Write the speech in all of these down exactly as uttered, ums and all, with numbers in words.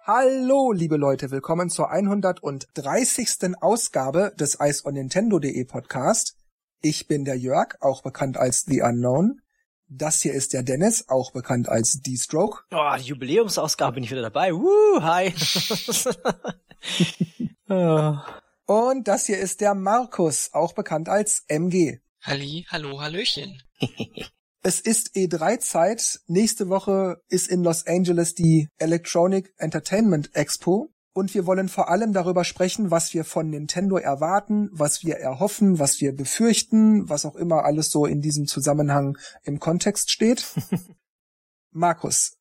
Hallo, liebe Leute, willkommen zur hundertdreißigsten Ausgabe des Eyes on Nintendo punkt de Podcast. Ich bin der Jörg, auch bekannt als The Unknown. Das hier ist der Dennis, auch bekannt als D-Stroke. Oh, die Jubiläumsausgabe bin ich wieder dabei. Woo, hi. Und das hier ist der Markus, auch bekannt als M G. Halli, hallo, hallöchen. Es ist E drei Zeit. Nächste Woche ist in Los Angeles die Electronic Entertainment Expo. Und wir wollen vor allem darüber sprechen, was wir von Nintendo erwarten, was wir erhoffen, was wir befürchten, was auch immer alles so in diesem Zusammenhang im Kontext steht. Markus,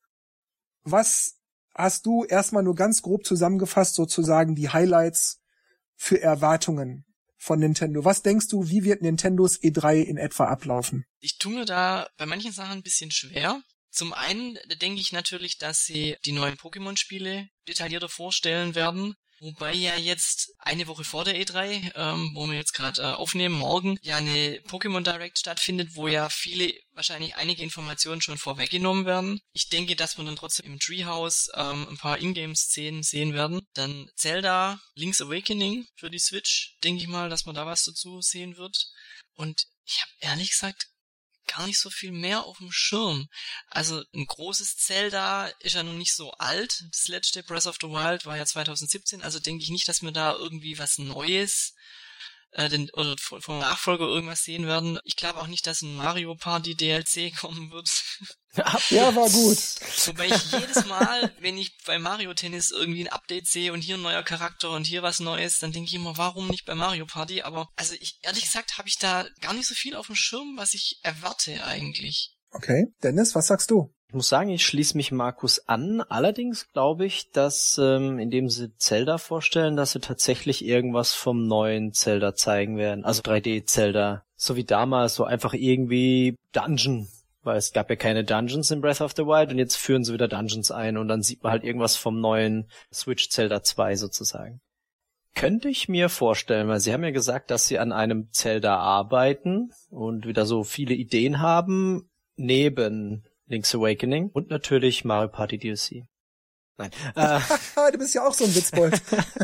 was hast du erstmal nur ganz grob zusammengefasst, sozusagen die Highlights für Erwartungen von Nintendo? Was denkst du, wie wird Nintendos E drei in etwa ablaufen? Ich tue mir da bei manchen Sachen ein bisschen schwer. Zum einen denke ich natürlich, dass sie die neuen Pokémon-Spiele detaillierter vorstellen werden. Wobei ja jetzt eine Woche vor der E drei, ähm, wo wir jetzt gerade äh, aufnehmen, morgen ja eine Pokémon Direct stattfindet, wo ja viele, wahrscheinlich einige Informationen schon vorweggenommen werden. Ich denke, dass wir dann trotzdem im Treehouse ähm, ein paar Ingame-Szenen sehen werden. Dann Zelda, Link's Awakening für die Switch, denke ich mal, dass man da was dazu sehen wird. Und ich habe ehrlich gesagt gar nicht so viel mehr auf dem Schirm. Also ein großes Zelda ist ja noch nicht so alt. Das letzte Breath of the Wild war ja zwanzig siebzehn, also denke ich nicht, dass wir da irgendwie was Neues äh, den, oder vom Nachfolger irgendwas sehen werden. Ich glaube auch nicht, dass ein Mario Party D L C kommen wird. Ja, war gut. Wobei ich jedes Mal, wenn ich bei Mario Tennis irgendwie ein Update sehe und hier ein neuer Charakter und hier was Neues, dann denke ich immer, warum nicht bei Mario Party? Aber also ich ehrlich gesagt habe ich da gar nicht so viel auf dem Schirm, was ich erwarte eigentlich. Okay, Dennis, was sagst du? Ich muss sagen, ich schließe mich Markus an. Allerdings glaube ich, dass, ähm, indem sie Zelda vorstellen, dass sie tatsächlich irgendwas vom neuen Zelda zeigen werden. Also drei D-Zelda. So wie damals, so einfach irgendwie Dungeon. Weil es gab ja keine Dungeons in Breath of the Wild und jetzt führen sie wieder Dungeons ein und dann sieht man halt irgendwas vom neuen Switch Zelda zwei sozusagen. Könnte ich mir vorstellen, weil sie haben ja gesagt, dass sie an einem Zelda arbeiten und wieder so viele Ideen haben, neben Link's Awakening und natürlich Mario Party D L C. Nein. Äh, du bist ja auch so ein Witzbold.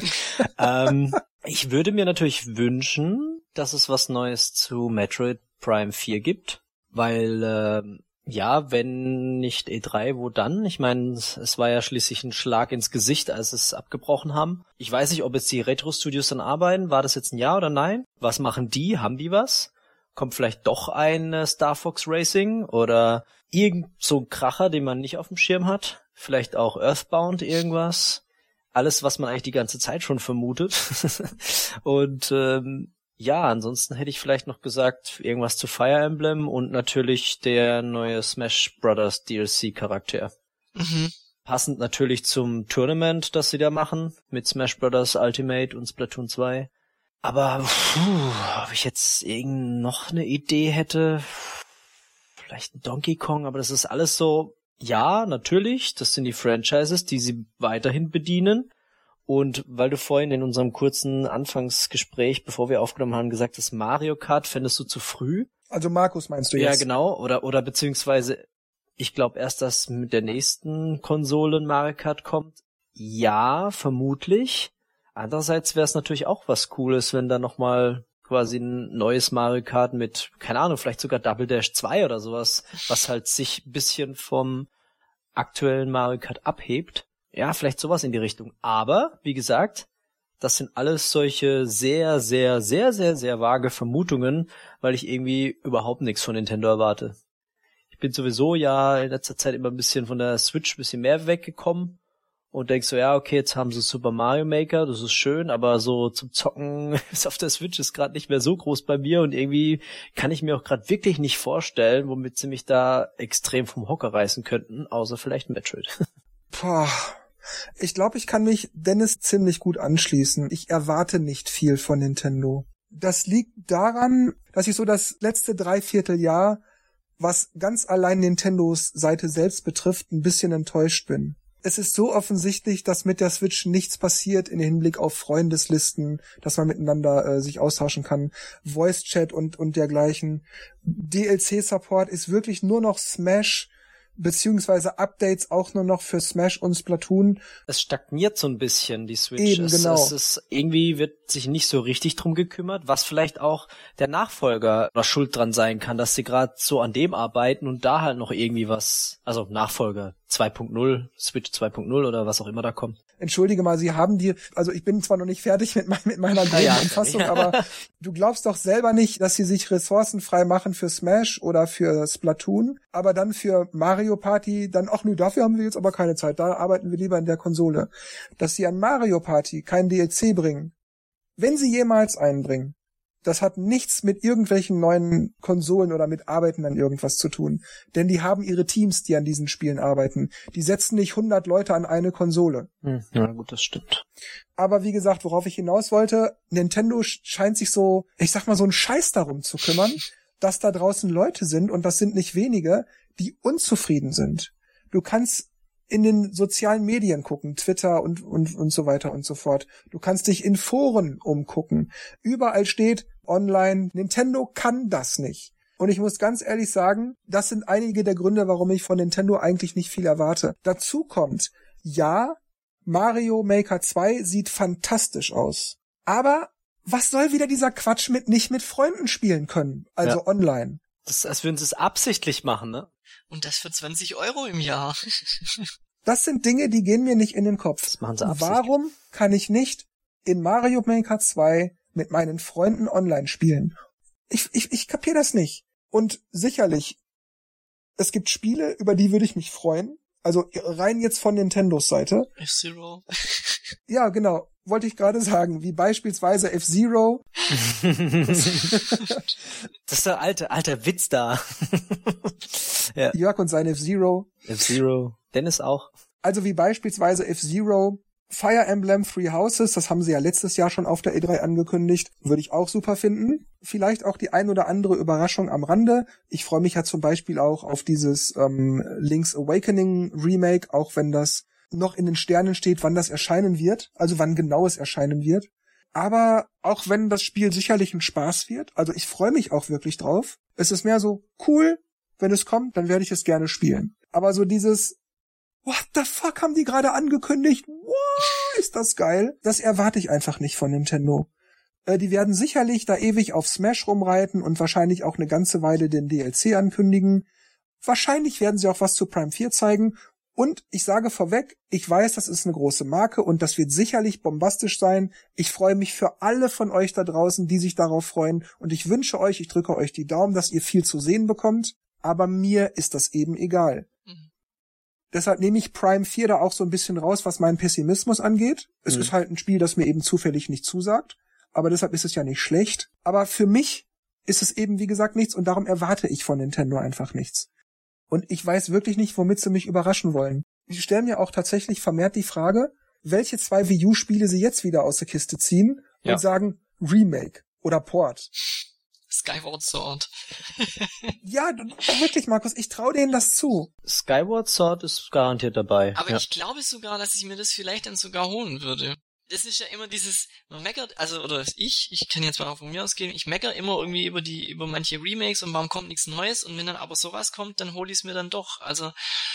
ähm, ich würde mir natürlich wünschen, dass es was Neues zu Metroid Prime vier gibt. Weil, äh, ja, wenn nicht E drei, wo dann? Ich meine, es war ja schließlich ein Schlag ins Gesicht, als es abgebrochen haben. Ich weiß nicht, ob jetzt die Retro-Studios dann arbeiten. War das jetzt ein Ja oder nein? Was machen die? Haben die was? Kommt vielleicht doch ein äh, Star Fox Racing oder irgend so ein Kracher, den man nicht auf dem Schirm hat? Vielleicht auch Earthbound irgendwas? Alles, was man eigentlich die ganze Zeit schon vermutet. Und, ähm, ja, ansonsten hätte ich vielleicht noch gesagt, irgendwas zu Fire Emblem und natürlich der neue Smash Brothers D L C-Charakter. Mhm. Passend natürlich zum Tournament, das sie da machen, mit Smash Brothers Ultimate und Splatoon zwei. Aber, puh, ob ich jetzt irgend noch eine Idee hätte, vielleicht ein Donkey Kong, aber das ist alles so, ja, natürlich, das sind die Franchises, die sie weiterhin bedienen. Und weil du vorhin in unserem kurzen Anfangsgespräch, bevor wir aufgenommen haben, gesagt hast, Mario Kart fändest du zu früh? Also Markus meinst du jetzt? Ja, genau. Oder oder beziehungsweise, ich glaube erst, dass mit der nächsten Konsole Mario Kart kommt. Ja, vermutlich. Andererseits wäre es natürlich auch was Cooles, wenn da nochmal quasi ein neues Mario Kart mit, keine Ahnung, vielleicht sogar Double Dash zwei oder sowas, was halt sich ein bisschen vom aktuellen Mario Kart abhebt. Ja, vielleicht sowas in die Richtung. Aber, wie gesagt, das sind alles solche sehr, sehr, sehr, sehr, sehr vage Vermutungen, weil ich irgendwie überhaupt nichts von Nintendo erwarte. Ich bin sowieso ja in letzter Zeit immer ein bisschen von der Switch ein bisschen mehr weggekommen und denk so, ja, okay, jetzt haben sie Super Mario Maker, das ist schön, aber so zum Zocken ist auf der Switch ist gerade nicht mehr so groß bei mir und irgendwie kann ich mir auch gerade wirklich nicht vorstellen, womit sie mich da extrem vom Hocker reißen könnten, außer vielleicht Metroid. Boah. Ich glaube, ich kann mich Dennis ziemlich gut anschließen. Ich erwarte nicht viel von Nintendo. Das liegt daran, dass ich so das letzte Dreivierteljahr, was ganz allein Nintendos Seite selbst betrifft, ein bisschen enttäuscht bin. Es ist so offensichtlich, dass mit der Switch nichts passiert im Hinblick auf Freundeslisten, dass man miteinander äh, sich austauschen kann, Voice-Chat und und dergleichen. D L C-Support ist wirklich nur noch Smash beziehungsweise Updates auch nur noch für Smash und Splatoon. Es stagniert so ein bisschen, die Switch. Eben, es, genau. Es ist, irgendwie wird sich nicht so richtig drum gekümmert, was vielleicht auch der Nachfolger noch schuld dran sein kann, dass sie gerade so an dem arbeiten und da halt noch irgendwie was, also Nachfolger zwei Punkt null, Switch zwei Punkt null oder was auch immer da kommt. Entschuldige mal, sie haben dir, also ich bin zwar noch nicht fertig mit, mein, mit meiner groben ja, Anfassung, ja. aber du glaubst doch selber nicht, dass sie sich ressourcenfrei machen für Smash oder für Splatoon, aber dann für Mario Party, dann, ach nö, dafür haben wir jetzt aber keine Zeit, da arbeiten wir lieber in der Konsole. Dass sie an Mario Party kein D L C bringen, wenn sie jemals einen bringen, das hat nichts mit irgendwelchen neuen Konsolen oder mit Arbeiten an irgendwas zu tun. Denn die haben ihre Teams, die an diesen Spielen arbeiten. Die setzen nicht hundert Leute an eine Konsole. Hm, ja gut, das stimmt. Aber wie gesagt, worauf ich hinaus wollte, Nintendo scheint sich so, ich sag mal, so einen Scheiß darum zu kümmern, dass da draußen Leute sind, und das sind nicht wenige, die unzufrieden sind. Du kannst in den sozialen Medien gucken, Twitter und, und, und so weiter und so fort. Du kannst dich in Foren umgucken. Überall steht online, Nintendo kann das nicht. Und ich muss ganz ehrlich sagen, das sind einige der Gründe, warum ich von Nintendo eigentlich nicht viel erwarte. Dazu kommt, ja, Mario Maker zwei sieht fantastisch aus. Aber was soll wieder dieser Quatsch mit nicht mit Freunden spielen können? Also ja. Online. Das ist, als würden sie es absichtlich machen, ne? Und das für zwanzig Euro im Jahr. Das sind Dinge, die gehen mir nicht in den Kopf. Das machen sie absichtlich. Warum kann ich nicht in Mario Maker zwei mit meinen Freunden online spielen? Ich, ich, ich kapier das nicht. Und sicherlich, es gibt Spiele, über die würde ich mich freuen. Also rein jetzt von Nintendos Seite. F-Zero. Ja, genau. Wollte ich gerade sagen. Wie beispielsweise F-Zero. Das ist der alte, alter Witz da. Ja. Jörg und sein F-Zero. F-Zero. Dennis auch. Also wie beispielsweise F-Zero. Fire Emblem Three Houses, das haben sie ja letztes Jahr schon auf der E drei angekündigt, würde ich auch super finden. Vielleicht auch die ein oder andere Überraschung am Rande. Ich freue mich ja zum Beispiel auch auf dieses ähm, Link's Awakening Remake, auch wenn das noch in den Sternen steht, wann das erscheinen wird, also wann genau es erscheinen wird. Aber auch wenn das Spiel sicherlich ein Spaß wird, also ich freue mich auch wirklich drauf, es ist mehr so, cool, wenn es kommt, dann werde ich es gerne spielen. Aber so dieses What the fuck haben die gerade angekündigt? Wow, ist das geil? Das erwarte ich einfach nicht von Nintendo. Äh, die werden sicherlich da ewig auf Smash rumreiten und wahrscheinlich auch eine ganze Weile den D L C ankündigen. Wahrscheinlich werden sie auch was zu Prime vier zeigen. Und ich sage vorweg, ich weiß, das ist eine große Marke und das wird sicherlich bombastisch sein. Ich freue mich für alle von euch da draußen, die sich darauf freuen. Und ich wünsche euch, ich drücke euch die Daumen, dass ihr viel zu sehen bekommt. Aber mir ist das eben egal. Mhm. Deshalb nehme ich Prime vier da auch so ein bisschen raus, was meinen Pessimismus angeht. Es mhm. ist halt ein Spiel, das mir eben zufällig nicht zusagt. Aber deshalb ist es ja nicht schlecht. Aber für mich ist es eben, wie gesagt, nichts. Und darum erwarte ich von Nintendo einfach nichts. Und ich weiß wirklich nicht, womit sie mich überraschen wollen. Ich stelle mir auch tatsächlich vermehrt die Frage, welche zwei Wii U-Spiele sie jetzt wieder aus der Kiste ziehen und ja. sagen Remake oder Port. Skyward Sword. Ja, wirklich, Markus, ich traue denen das zu. Skyward Sword ist garantiert dabei. Aber ja. ich glaube sogar, dass ich mir das vielleicht dann sogar holen würde. Das ist ja immer dieses, man meckert, also, oder ich, ich kann jetzt mal von mir ausgehen, ich meckere immer irgendwie über die, über manche Remakes und warum kommt nichts Neues und wenn dann aber sowas kommt, dann hole ich es mir dann doch, also,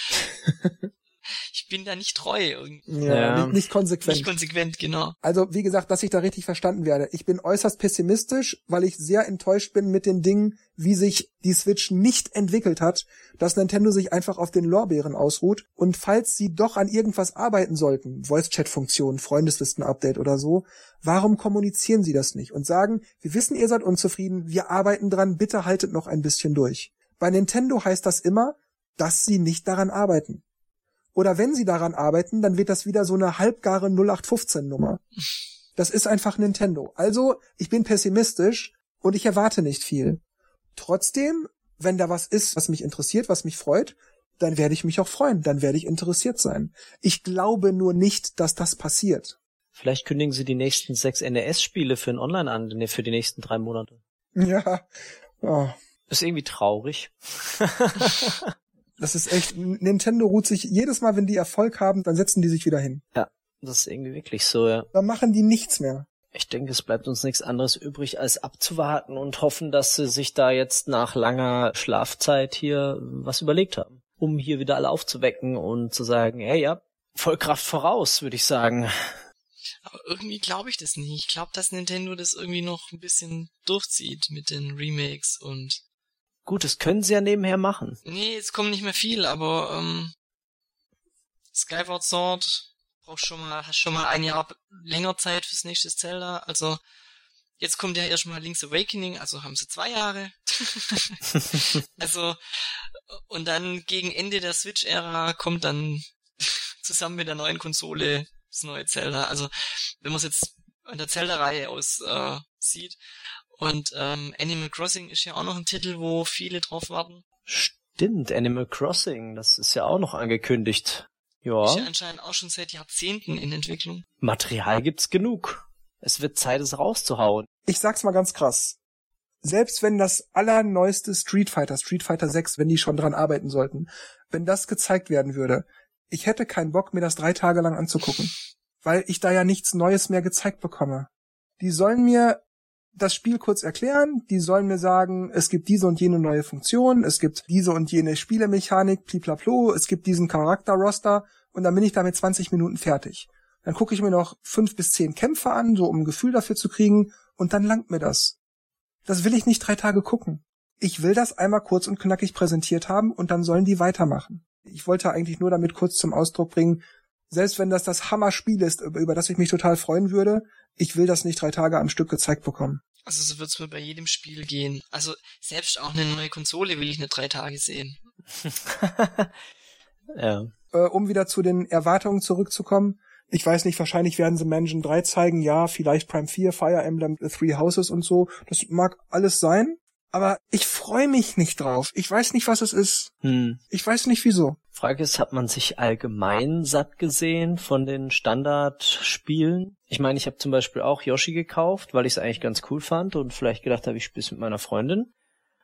ich bin da nicht treu irgendwie. Ja, ja. Nicht, nicht konsequent. Nicht konsequent, genau. Also, wie gesagt, dass ich da richtig verstanden werde. Ich bin äußerst pessimistisch, weil ich sehr enttäuscht bin mit den Dingen, wie sich die Switch nicht entwickelt hat, dass Nintendo sich einfach auf den Lorbeeren ausruht und falls sie doch an irgendwas arbeiten sollten, Voice-Chat-Funktion, Freundeslisten-Update oder so, warum kommunizieren sie das nicht und sagen, wir wissen, ihr seid unzufrieden, wir arbeiten dran, bitte haltet noch ein bisschen durch. Bei Nintendo heißt das immer, dass sie nicht daran arbeiten. Oder wenn sie daran arbeiten, dann wird das wieder so eine halbgare null acht fünfzehn Nummer. Das ist einfach Nintendo. Also, ich bin pessimistisch und ich erwarte nicht viel. Trotzdem, wenn da was ist, was mich interessiert, was mich freut, dann werde ich mich auch freuen, dann werde ich interessiert sein. Ich glaube nur nicht, dass das passiert. Vielleicht kündigen sie die nächsten sechs N E S-Spiele für ein Online an, für die nächsten drei Monate. Ja. Oh. Ist irgendwie traurig. Das ist echt, Nintendo ruht sich jedes Mal, wenn die Erfolg haben, dann setzen die sich wieder hin. Ja, das ist irgendwie wirklich so, ja. Dann machen die nichts mehr. Ich denke, es bleibt uns nichts anderes übrig, als abzuwarten und hoffen, dass sie sich da jetzt nach langer Schlafzeit hier was überlegt haben. um hier wieder alle aufzuwecken und zu sagen, hey, ja, Vollkraft voraus, würde ich sagen. Aber irgendwie glaube ich das nicht. Ich glaube, dass Nintendo das irgendwie noch ein bisschen durchzieht mit den Remakes und... Gut, das können sie ja nebenher machen. Nee, es kommt nicht mehr viel, aber ähm, Skyward Sword brauchst schon mal, hast schon mal ein Jahr länger Zeit fürs nächste Zelda. Also jetzt kommt ja erstmal Link's Awakening, also haben sie zwei Jahre. Also und dann gegen Ende der Switch-Ära kommt dann zusammen mit der neuen Konsole das neue Zelda. Also wenn man es jetzt an der Zelda-Reihe aus äh, sieht. Und ähm, Animal Crossing ist ja auch noch ein Titel, wo viele drauf warten. Stimmt, Animal Crossing, das ist ja auch noch angekündigt. Ja. Ist ja anscheinend auch schon seit Jahrzehnten in Entwicklung. Material gibt's genug. Es wird Zeit, es rauszuhauen. Ich sag's mal ganz krass. Selbst wenn das allerneueste Street Fighter, Street Fighter sechs, wenn die schon dran arbeiten sollten, wenn das gezeigt werden würde, ich hätte keinen Bock, mir das drei Tage lang anzugucken. Weil ich da ja nichts Neues mehr gezeigt bekomme. Die sollen mir das Spiel kurz erklären, die sollen mir sagen, es gibt diese und jene neue Funktion, es gibt diese und jene Spielemechanik, pliplaplo, es gibt diesen Charakterroster und dann bin ich da mit zwanzig Minuten fertig. Dann gucke ich mir noch fünf bis zehn Kämpfe an, so um ein Gefühl dafür zu kriegen und dann langt mir das. Das will ich nicht drei Tage gucken. Ich will das einmal kurz und knackig präsentiert haben und dann sollen die weitermachen. Ich wollte eigentlich nur damit kurz zum Ausdruck bringen, selbst wenn das das Hammer-Spiel ist, über das ich mich total freuen würde, ich will das nicht drei Tage am Stück gezeigt bekommen. Also so wird's mir bei jedem Spiel gehen. Also selbst auch eine neue Konsole will ich nicht drei Tage sehen. Ja. Äh, um wieder zu den Erwartungen zurückzukommen. Ich weiß nicht, wahrscheinlich werden sie Mansion drei zeigen, ja, vielleicht Prime vier, Fire Emblem, Three Houses und so. Das mag alles sein, aber ich freue mich nicht drauf. Ich weiß nicht, was es ist. Hm. Ich weiß nicht, wieso. Frage ist, hat man sich allgemein satt gesehen von den Standardspielen? Ich meine, ich habe zum Beispiel auch Yoshi gekauft, weil ich es eigentlich ganz cool fand und vielleicht gedacht habe, ich spiele es mit meiner Freundin.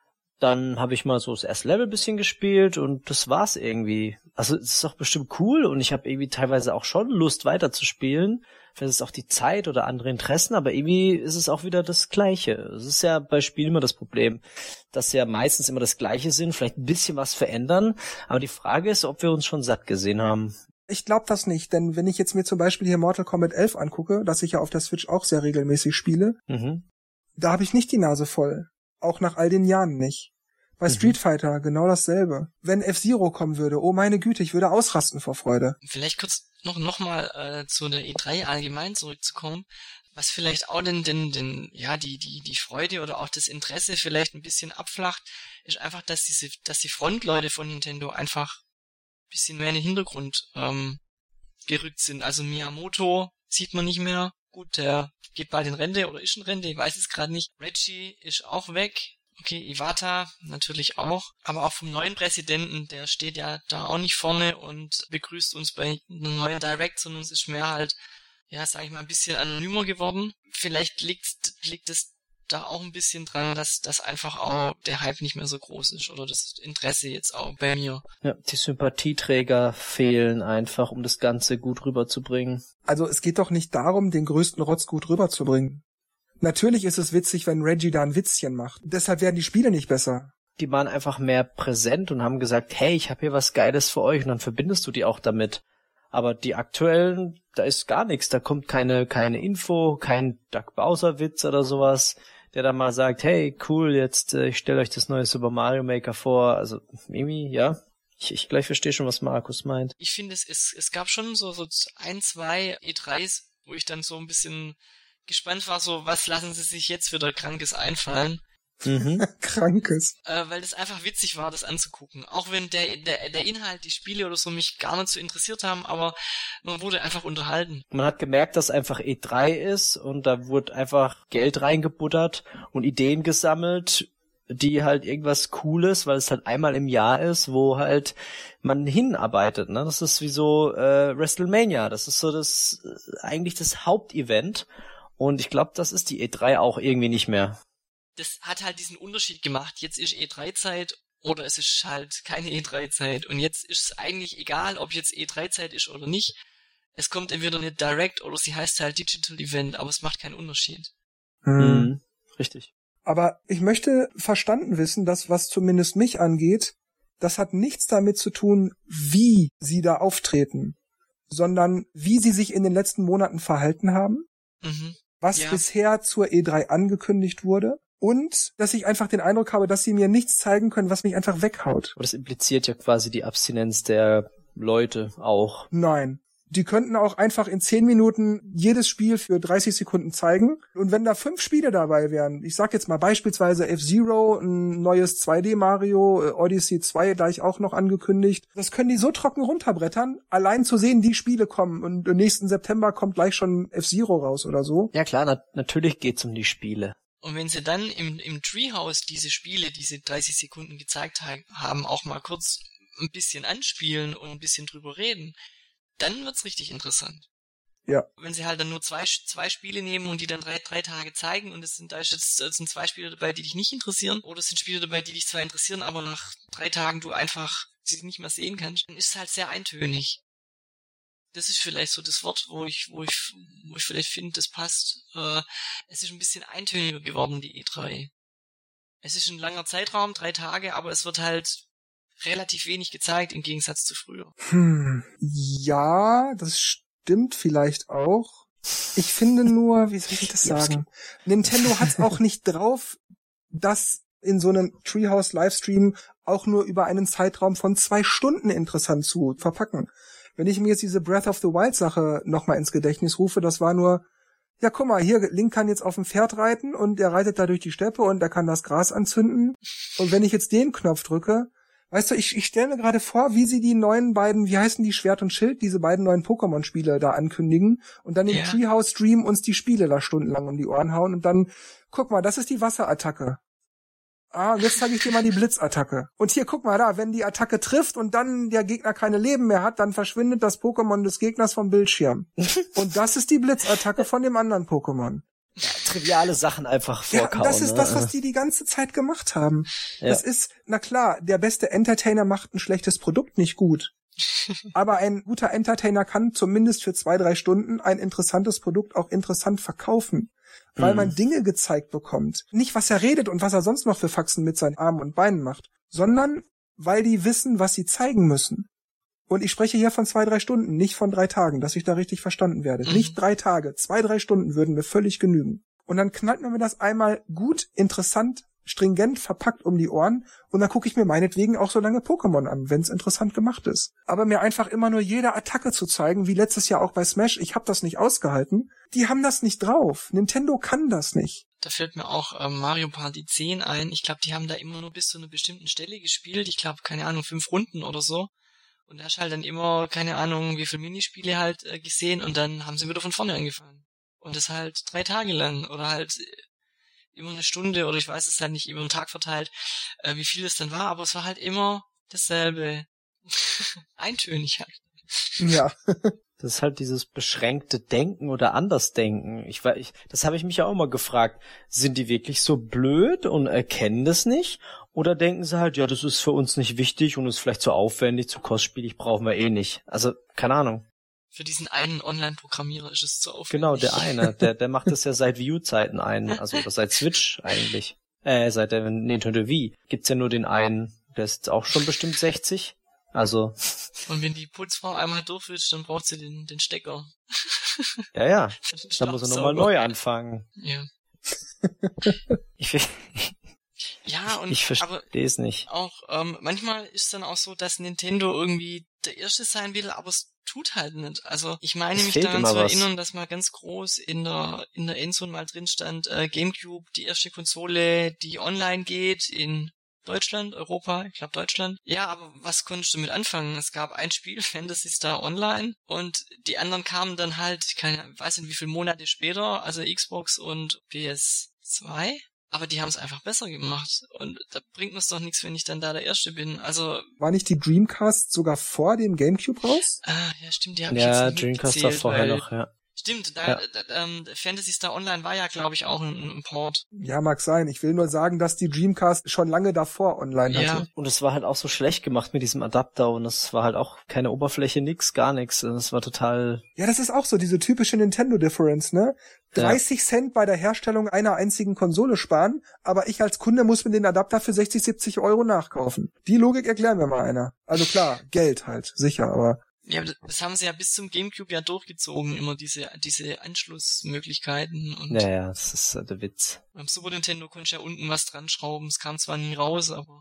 Dann habe ich mal so das erste Level ein bisschen gespielt und das war's irgendwie. Also es ist doch bestimmt cool und ich habe irgendwie teilweise auch schon Lust weiterzuspielen. Vielleicht ist es auch die Zeit oder andere Interessen, aber irgendwie ist es auch wieder das Gleiche. Es ist ja bei Spielen immer das Problem, dass sie ja meistens immer das Gleiche sind, vielleicht ein bisschen was verändern. Aber die Frage ist, ob wir uns schon satt gesehen haben. Ich glaube das nicht, denn wenn ich jetzt mir zum Beispiel hier Mortal Kombat elf angucke, das ich ja auf der Switch auch sehr regelmäßig spiele, Mhm. da habe ich nicht die Nase voll. Auch nach all den Jahren nicht. Bei Mhm. Street Fighter genau dasselbe. Wenn F-Zero kommen würde, oh meine Güte, ich würde ausrasten vor Freude. Vielleicht kurz noch noch mal äh, zu der E drei allgemein zurückzukommen, was vielleicht auch den den den ja die die die Freude oder auch das Interesse vielleicht ein bisschen abflacht, ist einfach, dass diese dass die Frontleute von Nintendo einfach ein bisschen mehr in den Hintergrund ähm, gerückt sind. Also Miyamoto sieht man nicht mehr. Gut, der geht bald in Rente oder ist in Rente, ich weiß es gerade nicht. Reggie ist auch weg. Okay, Iwata natürlich auch, aber auch vom neuen Präsidenten, der steht ja da auch nicht vorne und begrüßt uns bei einer neuen Direct, sondern es ist mehr halt, ja, sag ich mal, ein bisschen anonymer geworden. Vielleicht liegt, liegt es da auch ein bisschen dran, dass, dass einfach auch der Hype nicht mehr so groß ist oder das Interesse jetzt auch bei mir. Ja, die Sympathieträger fehlen einfach, um das Ganze gut rüberzubringen. Also es geht doch nicht darum, den größten Rotz gut rüberzubringen. Natürlich ist es witzig, wenn Reggie da ein Witzchen macht. Deshalb werden die Spiele nicht besser. Die waren einfach mehr präsent und haben gesagt, hey, ich habe hier was Geiles für euch und dann verbindest du die auch damit. Aber die aktuellen, da ist gar nichts, da kommt keine keine Info, kein Doug Bowser Witz oder sowas, der dann mal sagt, hey, cool, jetzt äh, ich stelle euch das neue Super Mario Maker vor. Also irgendwie, ja, ich, ich gleich verstehe schon, was Markus meint. Ich finde, es, es, es gab schon so, so ein, zwei E dreis, wo ich dann so ein bisschen gespannt war, so, was lassen sie sich jetzt wieder Krankes einfallen? Mhm. Krankes. Äh, weil das einfach witzig war, das anzugucken. Auch wenn der, der, der Inhalt, die Spiele oder so mich gar nicht so interessiert haben, aber man wurde einfach unterhalten. Man hat gemerkt, dass einfach E drei ist und da wurde einfach Geld reingebuttert und Ideen gesammelt, die halt irgendwas Cooles, weil es halt einmal im Jahr ist, wo halt man hinarbeitet, ne? Das ist wie so äh, WrestleMania, das ist so das äh, eigentlich das Hauptevent. Und ich glaube, das ist die E drei auch irgendwie nicht mehr. Das hat halt diesen Unterschied gemacht. Jetzt ist E drei Zeit oder es ist halt keine E drei Zeit. Und jetzt ist es eigentlich egal, ob jetzt E drei Zeit ist oder nicht. Es kommt entweder eine Direct oder sie heißt halt Digital Event, aber es macht keinen Unterschied. Hm. Mhm. Richtig. Aber ich möchte verstanden wissen, dass was zumindest mich angeht, das hat nichts damit zu tun, wie sie da auftreten, sondern wie sie sich in den letzten Monaten verhalten haben, Mhm. was Ja. bisher zur E drei angekündigt wurde und dass ich einfach den Eindruck habe, dass sie mir nichts zeigen können, was mich einfach weghaut. Aber das impliziert ja quasi die Abstinenz der Leute auch. Nein. Die könnten auch einfach in zehn Minuten jedes Spiel für dreißig Sekunden zeigen. Und wenn da fünf Spiele dabei wären, ich sag jetzt mal beispielsweise F-Zero, ein neues zwei D Mario, äh, Odyssey zwei gleich auch noch angekündigt, das können die so trocken runterbrettern, allein zu sehen, die Spiele kommen. Und im nächsten September kommt gleich schon F-Zero raus oder so. Ja klar, na- natürlich geht's um die Spiele. Und wenn sie dann im, im Treehouse diese Spiele, diese dreißig Sekunden gezeigt ha- haben, auch mal kurz ein bisschen anspielen und ein bisschen drüber reden, dann wird's richtig interessant. Ja. Wenn sie halt dann nur zwei, zwei Spiele nehmen und die dann drei, drei Tage zeigen und es sind da ist jetzt es sind zwei Spiele dabei, die dich nicht interessieren, oder es sind Spiele dabei, die dich zwar interessieren, aber nach drei Tagen du einfach sie nicht mehr sehen kannst, dann ist es halt sehr eintönig. Das ist vielleicht so das Wort, wo ich, wo ich, wo ich vielleicht finde, das passt. Äh, es ist ein bisschen eintöniger geworden, die E drei. Es ist ein langer Zeitraum, drei Tage, aber es wird halt relativ wenig gezeigt im Gegensatz zu früher. Hm. Ja, das stimmt vielleicht auch. Ich finde nur, wie soll ich das sagen? Nintendo hat's auch nicht drauf, das in so einem Treehouse-Livestream auch nur über einen Zeitraum von zwei Stunden interessant zu verpacken. Wenn ich mir jetzt diese Breath of the Wild-Sache nochmal ins Gedächtnis rufe, das war nur, ja guck mal, hier, Link kann jetzt auf dem Pferd reiten und er reitet da durch die Steppe und er kann das Gras anzünden. Und wenn ich jetzt den Knopf drücke, weißt du, ich, ich stelle mir gerade vor, wie sie die neuen beiden, wie heißen die, Schwert und Schild, diese beiden neuen Pokémon-Spiele da ankündigen und dann im Ja. Treehouse-Stream uns die Spiele da stundenlang um die Ohren hauen und dann, guck mal, das ist die Wasserattacke. Ah, und jetzt zeige ich dir mal die Blitzattacke. Und hier, guck mal da, wenn die Attacke trifft und dann der Gegner keine Leben mehr hat, dann verschwindet das Pokémon des Gegners vom Bildschirm. Und das ist die Blitzattacke von dem anderen Pokémon. Ja, triviale Sachen einfach Ja, vorkauen. das ist ne? das, was die die ganze Zeit gemacht haben. Ja. Das ist, na klar, der beste Entertainer macht ein schlechtes Produkt nicht gut. Aber ein guter Entertainer kann zumindest für zwei, drei Stunden ein interessantes Produkt auch interessant verkaufen. Weil Mhm. man Dinge gezeigt bekommt. Nicht, was er redet und was er sonst noch für Faxen mit seinen Armen und Beinen macht, sondern weil die wissen, was sie zeigen müssen. Und ich spreche hier von zwei, drei Stunden, nicht von drei Tagen, dass ich da richtig verstanden werde. Mhm. Nicht drei Tage, zwei, drei Stunden würden mir völlig genügen. Und dann knallt man mir das einmal gut, interessant, stringent verpackt um die Ohren und dann gucke ich mir meinetwegen auch so lange Pokémon an, wenn es interessant gemacht ist. Aber mir einfach immer nur jede Attacke zu zeigen, wie letztes Jahr auch bei Smash, ich habe das nicht ausgehalten, die haben das nicht drauf. Nintendo kann das nicht. Da fällt mir auch ähm, Mario Party zehn ein. Ich glaube, die haben da immer nur bis zu einer bestimmten Stelle gespielt. Ich glaube, keine Ahnung, fünf Runden oder so. Und da hast halt dann immer, keine Ahnung, wie viele Minispiele halt äh, gesehen und dann haben sie wieder von vorne angefangen. Und das halt drei Tage lang oder halt äh, immer eine Stunde oder ich weiß es halt nicht, über den Tag verteilt, äh, wie viel es dann war, aber es war halt immer dasselbe. Eintönig halt. Ja. Das ist halt dieses beschränkte Denken oder Andersdenken. Ich war, ich, das habe ich mich ja auch mal gefragt. Sind die wirklich so blöd und erkennen das nicht? Oder denken sie halt, ja, das ist für uns nicht wichtig und ist vielleicht zu aufwendig, zu kostspielig, brauchen wir eh nicht. Also, keine Ahnung. Für diesen einen Online-Programmierer ist es zu aufwendig. Genau, der eine, der, der macht das ja seit Wii U-Zeiten ein, also oder seit Switch eigentlich. Äh, seit der Nintendo Wii. Gibt's ja nur den einen, der ist jetzt auch schon bestimmt sechzig. Also. Und wenn die Putzfrau einmal durch ist, dann braucht sie den, den Stecker. Ja, ja. Für den Da muss er nochmal Staubsauger. neu anfangen. Ja. Ich, Ja, und ich aber verstehe es nicht. auch, ähm, manchmal ist dann auch so, dass Nintendo irgendwie der Erste sein will, aber es tut halt nicht. Also ich meine Es mich fehlt daran immer zu was. erinnern, dass mal ganz groß in der in der Endzone mal drin stand, äh, GameCube, die erste Konsole, die online geht in Deutschland, Europa, ich glaube Deutschland. Ja, aber was konntest du mit anfangen? Es gab ein Spiel, Phantasy Star Online, und die anderen kamen dann halt, keine, weiß nicht wie viele Monate später, also Xbox und P S zwei. Aber die haben es einfach besser gemacht. Und da bringt mir's doch nichts, wenn ich dann da der Erste bin. Also, War nicht die Dreamcast sogar vor dem GameCube raus? ah, ja stimmt, die haben Ja, ich jetzt Dreamcast war mitgezählt, vorher weil noch, ja. Stimmt, da, Ja. da, ähm, Phantasy Star Online war ja, glaube ich, auch ein, ein Port. Ja, mag sein. Ich will nur sagen, dass die Dreamcast schon lange davor online Ja. hatte. Und es war halt auch so schlecht gemacht mit diesem Adapter und es war halt auch keine Oberfläche, nix, gar nichts. Und es war total... Ja, das ist auch so, diese typische Nintendo-Difference, ne? dreißig Cent bei der Herstellung einer einzigen Konsole sparen, aber ich als Kunde muss mir den Adapter für sechzig, siebzig Euro nachkaufen. Die Logik erklären wir mal einer. Also klar, Geld halt, sicher, aber... Ja, aber das haben sie ja bis zum GameCube ja durchgezogen, immer diese diese Anschlussmöglichkeiten. Und Naja, das ist äh, der Witz. beim Super Nintendo konnte ich ja unten was dran schrauben. Es kam zwar nie raus, aber...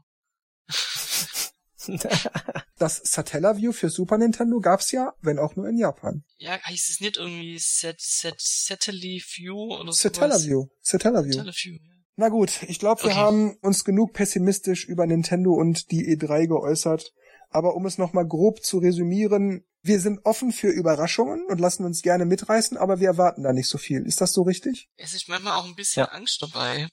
Das Satellaview für Super Nintendo gab's ja, wenn auch nur in Japan. Ja, heißt es nicht irgendwie Set, Set, Satellaview oder so? Satellaview, Satellaview. Satellaview, ja. Na gut, ich glaube, wir Okay. haben uns genug pessimistisch über Nintendo und die E drei geäußert. Aber um es nochmal grob zu resümieren, wir sind offen für Überraschungen und lassen uns gerne mitreißen, aber wir erwarten da nicht so viel. Ist das so richtig? Es ist manchmal auch ein bisschen Ja. Angst dabei.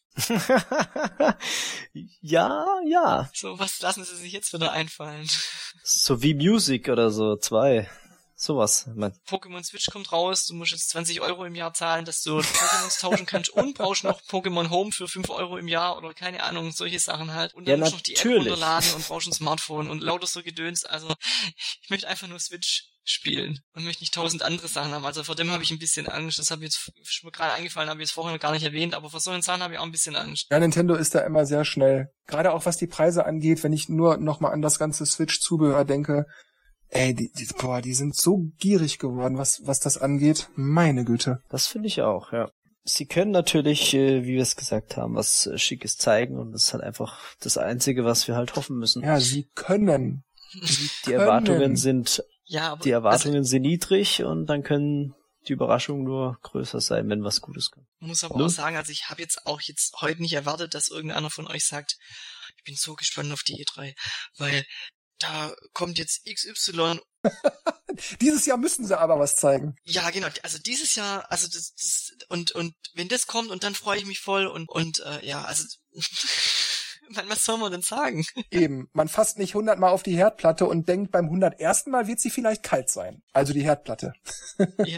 ja, ja. So, was lassen sie sich jetzt wieder einfallen? So wie Music oder so, zwei. Sowas. Ich mein, Pokémon Switch kommt raus, du musst jetzt zwanzig Euro im Jahr zahlen, dass du Pokémons tauschen kannst und brauchst noch Pokémon Home für fünf Euro im Jahr oder keine Ahnung, solche Sachen halt. Und dann Ja, musst du noch die App natürlich. runterladen und brauchst ein Smartphone und lauter so Gedöns. Also, ich möchte einfach nur Switch spielen und möchte nicht tausend andere Sachen haben. Also vor dem habe ich ein bisschen Angst. Das habe ich jetzt ist mir gerade eingefallen, habe ich jetzt vorher noch gar nicht erwähnt, aber vor solchen Sachen habe ich auch ein bisschen Angst. Ja, Nintendo ist da immer sehr schnell. Gerade auch was die Preise angeht, wenn ich nur nochmal an das ganze Switch-Zubehör denke. Ey, die, die, boah, die sind so gierig geworden, was, was das angeht. Meine Güte. das finde ich auch, ja. Sie können natürlich, äh, wie wir es gesagt haben, was äh, Schickes zeigen und das ist halt einfach das Einzige, was wir halt hoffen müssen. Ja, sie können. Sie Die können. Erwartungen sind, Ja, aber die Erwartungen also, sind niedrig und dann können die Überraschungen nur größer sein, wenn was Gutes kommt. ich muss aber Ne? auch sagen, also ich habe jetzt auch jetzt heute nicht erwartet, dass irgendeiner von euch sagt, ich bin so gespannt auf die E drei, weil da kommt jetzt X Y. Dieses Jahr müssen sie aber was zeigen. Ja, genau. Also dieses Jahr, also das, das und und wenn das kommt und dann freue ich mich voll und und äh, ja, also was soll man denn sagen? Eben. Man fasst nicht hundertmal auf die Herdplatte und denkt, beim hundertersten Mal wird sie vielleicht kalt sein. Also die Herdplatte. Ja.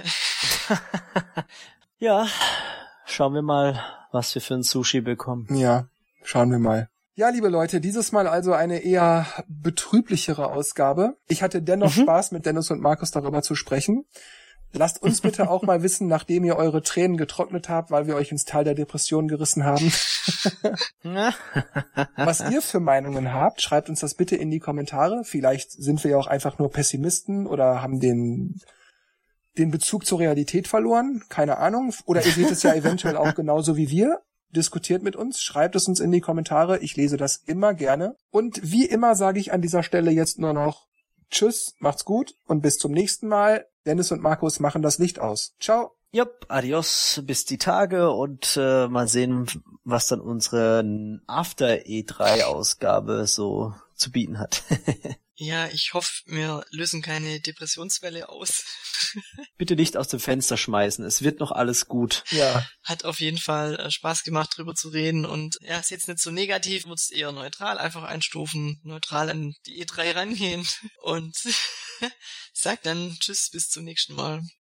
Ja, schauen wir mal, was wir für ein Sushi bekommen. Ja, schauen wir mal. Ja, liebe Leute, dieses Mal also eine eher betrüblichere Ausgabe. Ich hatte dennoch Mhm. Spaß, mit Dennis und Markus darüber zu sprechen. Lasst uns bitte auch mal wissen, nachdem ihr eure Tränen getrocknet habt, weil wir euch ins Tal der Depression gerissen haben, was ihr für Meinungen habt. Schreibt uns das bitte in die Kommentare. Vielleicht sind wir ja auch einfach nur Pessimisten oder haben den den Bezug zur Realität verloren. Keine Ahnung. Oder ihr seht es ja eventuell auch genauso wie wir. Diskutiert mit uns, schreibt es uns in die Kommentare. Ich lese das immer gerne. Und wie immer sage ich an dieser Stelle jetzt nur noch Tschüss, macht's gut und bis zum nächsten Mal. Dennis und Markus machen das Licht aus. Ciao. Jupp, adios, bis die Tage und äh, mal sehen, was dann unsere After E drei Ausgabe so zu bieten hat. Ja, ich hoffe, wir lösen keine Depressionswelle aus. Bitte nicht aus dem Fenster schmeißen, es wird noch alles gut. Ja. Hat auf jeden Fall äh, Spaß gemacht, drüber zu reden und ja, ist jetzt nicht so negativ, wird's eher neutral einfach einstufen, neutral an die E drei rangehen und sag dann Tschüss, bis zum nächsten Mal.